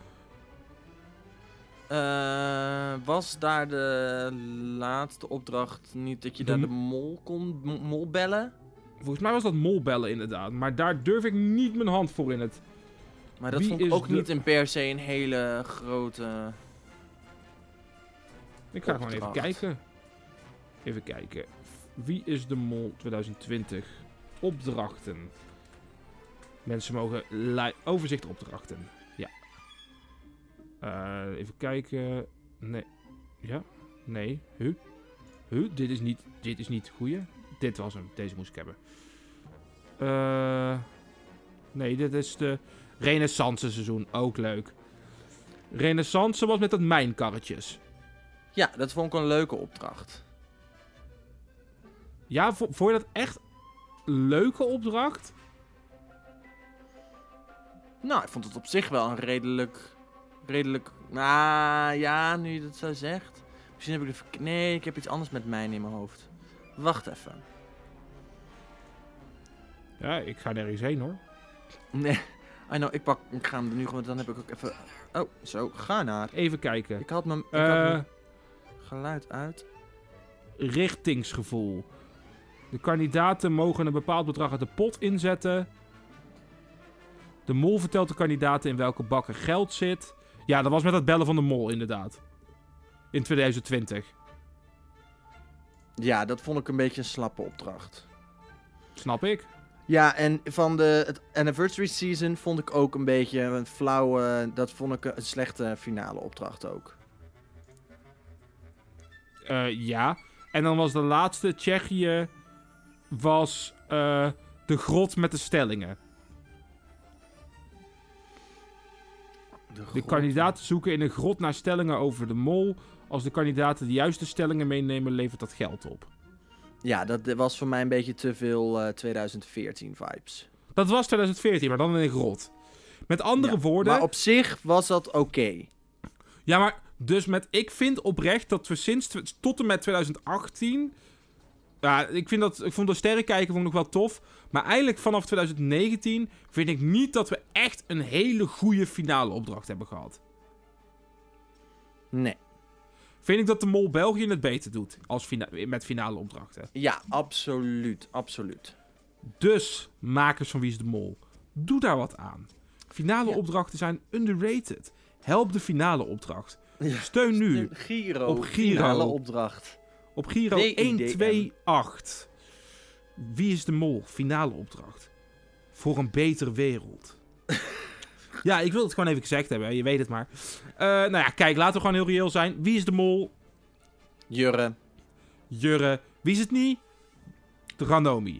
Was daar de laatste opdracht niet dat je daar de mol kon mol bellen? Volgens mij was dat molbellen inderdaad. Maar daar durf ik niet mijn hand voor in het... Maar dat Wie vond ik is ook de- niet in per se een hele grote... Ik ga gewoon even opdracht. kijken. Even kijken. Wie is de mol 2020? Opdrachten. Mensen mogen... Overzicht opdrachten. Ja. Even kijken. Nee. Ja? Nee. Dit is niet de goeie. Dit was hem. Deze moest ik hebben. Nee, dit is de Renaissance seizoen. Ook leuk. Renaissance was met dat mijnkarretjes. Ja, dat vond ik een leuke opdracht. Ja, vond je dat echt een leuke opdracht? Nou, ik vond het op zich wel een redelijk... Nou, ja, nu je dat zo zegt. Misschien heb ik nee, ik heb iets anders met mijn in mijn hoofd. Wacht even. Ja, ik ga nergens heen hoor. Nee, I know, ik ga hem er nu gewoon, dan heb ik ook even... Oh, zo, ga naar. Even kijken. Ik had mijn geluid uit. Richtingsgevoel. De kandidaten mogen een bepaald bedrag uit de pot inzetten. De mol vertelt de kandidaten in welke bak er geld zit. Ja, dat was met het bellen van de mol inderdaad. In 2020. Ja, dat vond ik een beetje een slappe opdracht. Snap ik. Ja, en van het anniversary season vond ik ook een beetje een flauwe... Dat vond ik een slechte finale opdracht ook. Ja. En dan was de laatste, Tsjechië, was de grot met de stellingen. De kandidaten zoeken in een grot naar stellingen over de mol. Als de kandidaten de juiste stellingen meenemen, levert dat geld op. Ja, dat was voor mij een beetje te veel 2014 vibes. Dat was 2014, maar dan in een grot. Met andere woorden... Maar op zich was dat oké. Ja, maar dus ik vind oprecht dat we tot en met 2018... Ja, ik vond de sterren kijken nog wel tof. Maar eigenlijk vanaf 2019 vind ik niet dat we echt een hele goede finale opdracht hebben gehad. Nee. Vind ik dat de Mol België het beter doet met finale opdrachten. Ja, absoluut. Absoluut. Dus, makers van Wie is de Mol, doe daar wat aan. Finale opdrachten zijn underrated. Help de finale opdracht. Ja. Steun nu Giro. op Giro. Finale opdracht. Op Giro WIDM. 128. Wie is de mol? Finale opdracht. Voor een betere wereld. Ja, ik wil het gewoon even gezegd hebben. Hè. Je weet het maar. Nou ja, kijk, laten we gewoon heel reëel zijn. Wie is de mol? Jurre. Jurre. Wie is het niet? De Ranomi.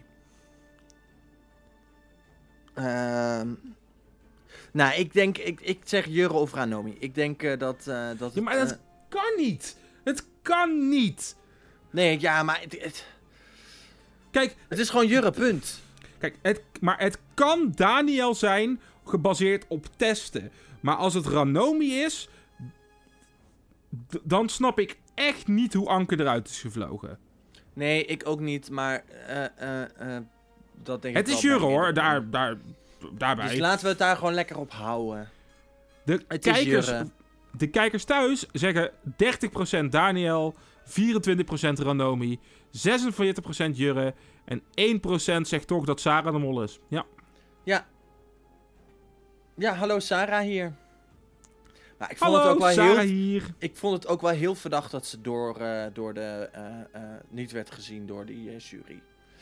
Nou, ik zeg Jurre of Ranomi. Ik denk dat Ja, maar dat kan niet. Het kan niet. Nee, ja, maar Kijk, het is gewoon Jurre, punt. Kijk, het kan Daniel zijn gebaseerd op testen. Maar als het Ranomi is, dan snap ik echt niet hoe Anke eruit is gevlogen. Nee, ik ook niet, maar dat denk Het ik is wel Jurre bij hoor, iedereen. daarbij. Dus laten we het daar gewoon lekker op houden. De is kijkers thuis zeggen 30% Daniel, 24% Ranomi, 46% Jurre en 1% zegt toch dat Sarah de mol is. Ja. Ja, hallo Sarah hier. Maar ik vond Hallo, het ook wel Sarah hier. Ik vond het ook wel heel verdacht dat ze niet werd gezien door die jury.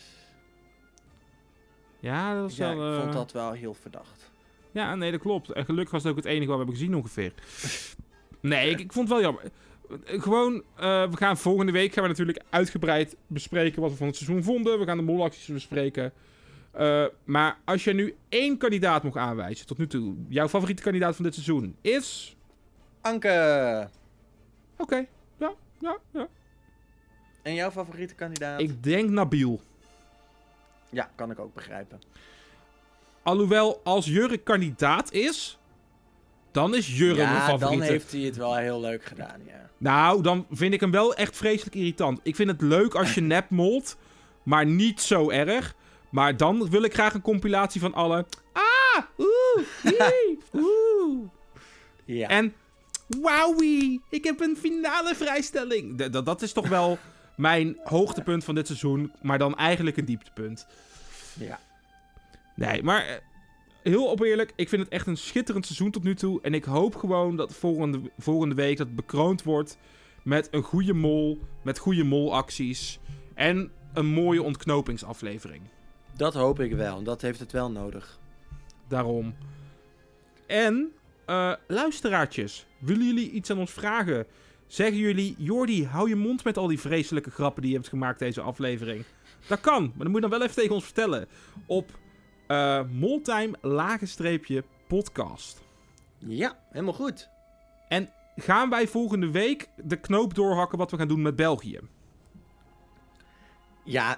Ja, dat was Ja, wel... ik vond dat wel heel verdacht. Ja, nee, dat klopt. En gelukkig was het ook het enige wat we hebben gezien ongeveer. Nee, ik vond het wel jammer. Gewoon, we gaan volgende week natuurlijk uitgebreid bespreken wat we van het seizoen vonden. We gaan de molacties bespreken. Maar als je nu 1 kandidaat mocht aanwijzen tot nu toe, jouw favoriete kandidaat van dit seizoen is... Anke! Oké, ja. En jouw favoriete kandidaat? Ik denk Nabil. Ja, kan ik ook begrijpen. Alhoewel, als Jurre kandidaat is, dan is Jurre mijn favoriete. Dan heeft hij het wel heel leuk gedaan, ja. Nou, dan vind ik hem wel echt vreselijk irritant. Ik vind het leuk als je nep molt, maar niet zo erg. Maar dan wil ik graag een compilatie van alle... Ja. En... Wowie, ik heb een finale vrijstelling. Dat is toch wel mijn hoogtepunt van dit seizoen, maar dan eigenlijk een dieptepunt. Ja. Nee, maar heel op eerlijk, ik vind het echt een schitterend seizoen tot nu toe. En ik hoop gewoon dat volgende week dat bekroond wordt met een goede mol, met goede molacties en een mooie ontknopingsaflevering. Dat hoop ik wel. Dat heeft het wel nodig. Daarom. En, luisteraartjes, willen jullie iets aan ons vragen? Zeggen jullie, Jordi, hou je mond met al die vreselijke grappen die je hebt gemaakt deze aflevering. Dat kan, maar dan moet je dan wel even tegen ons vertellen. Op moltime_podcast. Ja, helemaal goed. En gaan wij volgende week de knoop doorhakken wat we gaan doen met België? Ja,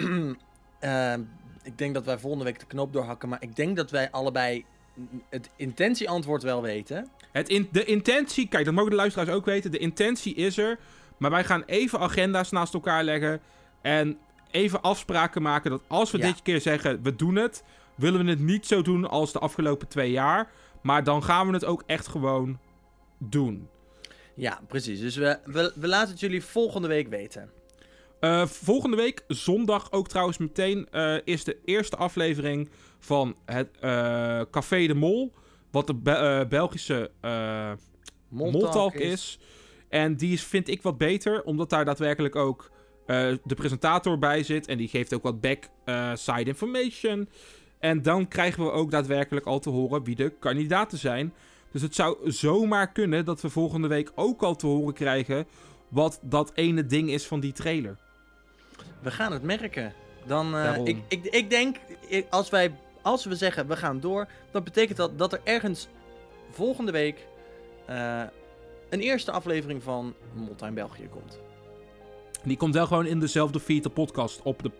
ik denk dat wij volgende week de knoop doorhakken. Maar ik denk dat wij allebei het intentieantwoord wel weten. De intentie, kijk, dat mogen de luisteraars ook weten. De intentie is er. Maar wij gaan even agenda's naast elkaar leggen. En even afspraken maken dat als we dit keer zeggen, we doen het, willen we het niet zo doen als de afgelopen 2 jaar. Maar dan gaan we het ook echt gewoon doen. Ja, precies. Dus we laten het jullie volgende week weten. Volgende week, zondag ook trouwens meteen, is de eerste aflevering van het Café de Mol. Wat de Belgische Moltalk is. En die vind ik wat beter, omdat daar daadwerkelijk ook de presentator bij zit. En die geeft ook wat backside information. En dan krijgen we ook daadwerkelijk al te horen wie de kandidaten zijn. Dus het zou zomaar kunnen dat we volgende week ook al te horen krijgen wat dat ene ding is van die trailer. We gaan het merken. Dan, Daarom. ik denk, als we zeggen we gaan door, dan betekent dat er ergens volgende week een eerste aflevering van Moltime België komt. Die komt wel gewoon in dezelfde feed de podcast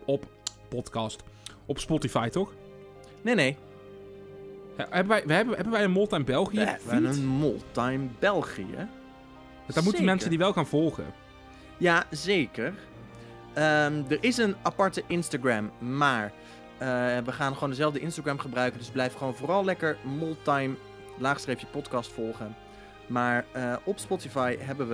op Spotify, toch? Nee. Hebben wij een Moltime België We feed? hebben een Moltime België. Daar moeten mensen die wel gaan volgen. Ja, zeker. Er is een aparte Instagram, maar we gaan gewoon dezelfde Instagram gebruiken. Dus blijf gewoon vooral lekker Moltime_podcast volgen. Maar op Spotify hebben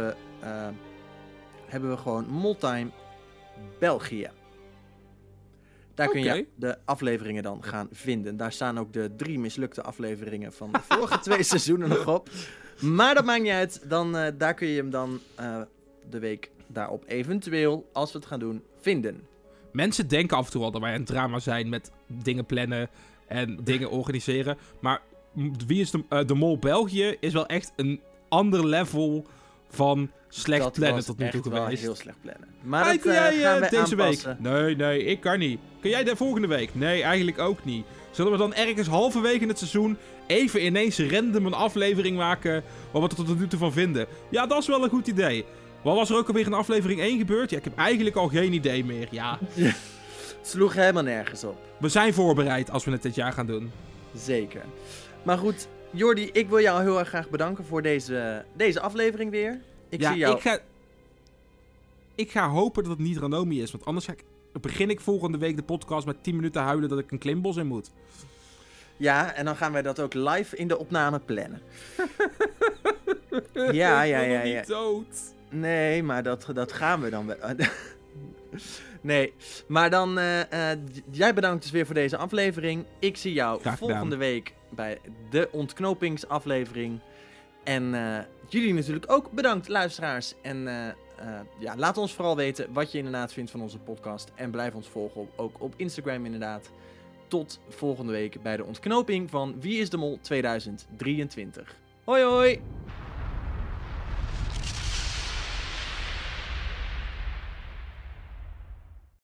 we gewoon Moltime België. Daar kun je de afleveringen dan gaan vinden. Daar staan ook de 3 mislukte afleveringen van de vorige 2 seizoenen nog op. Maar dat maakt niet uit. Daar kun je hem dan de week daarop eventueel, als we het gaan doen, vinden. Mensen denken af en toe al dat wij een drama zijn met dingen plannen en dingen organiseren. Maar Wie is de Mol België is wel echt een ander level van slecht Dat plannen was tot nu toe echt wel geweest. heel slecht plannen. Maar dat Kun jij gaan we deze aanpassen. week? Nee, ik kan niet. Kun jij de volgende week? Nee, eigenlijk ook niet. Zullen we dan ergens halverwege in het seizoen even ineens random een aflevering maken waar we er tot nu toe van vinden? Ja, dat is wel een goed idee. Wat was er ook alweer in aflevering 1 gebeurd? Ja, ik heb eigenlijk al geen idee meer. Ja. Het sloeg helemaal nergens op. We zijn voorbereid als we het dit jaar gaan doen. Zeker. Maar goed, Jordi, ik wil jou heel erg graag bedanken voor deze aflevering weer. Ik zie jou... Ik ga hopen dat het niet Ranomi is, want anders begin ik volgende week de podcast met 10 minuten huilen dat ik een klimbos in moet. Ja, en dan gaan wij dat ook live in de opname plannen. Ja. Ik wil nog niet dood. Nee, maar dat gaan we dan wel. Nee, maar dan... jij bedankt dus weer voor deze aflevering. Ik zie jou Graag gedaan. volgende week bij de ontknopingsaflevering. En jullie natuurlijk ook bedankt, luisteraars. En laat ons vooral weten wat je inderdaad vindt van onze podcast. En blijf ons volgen ook op Instagram inderdaad. Tot volgende week bij de ontknoping van Wie is de Mol 2023. Hoi hoi!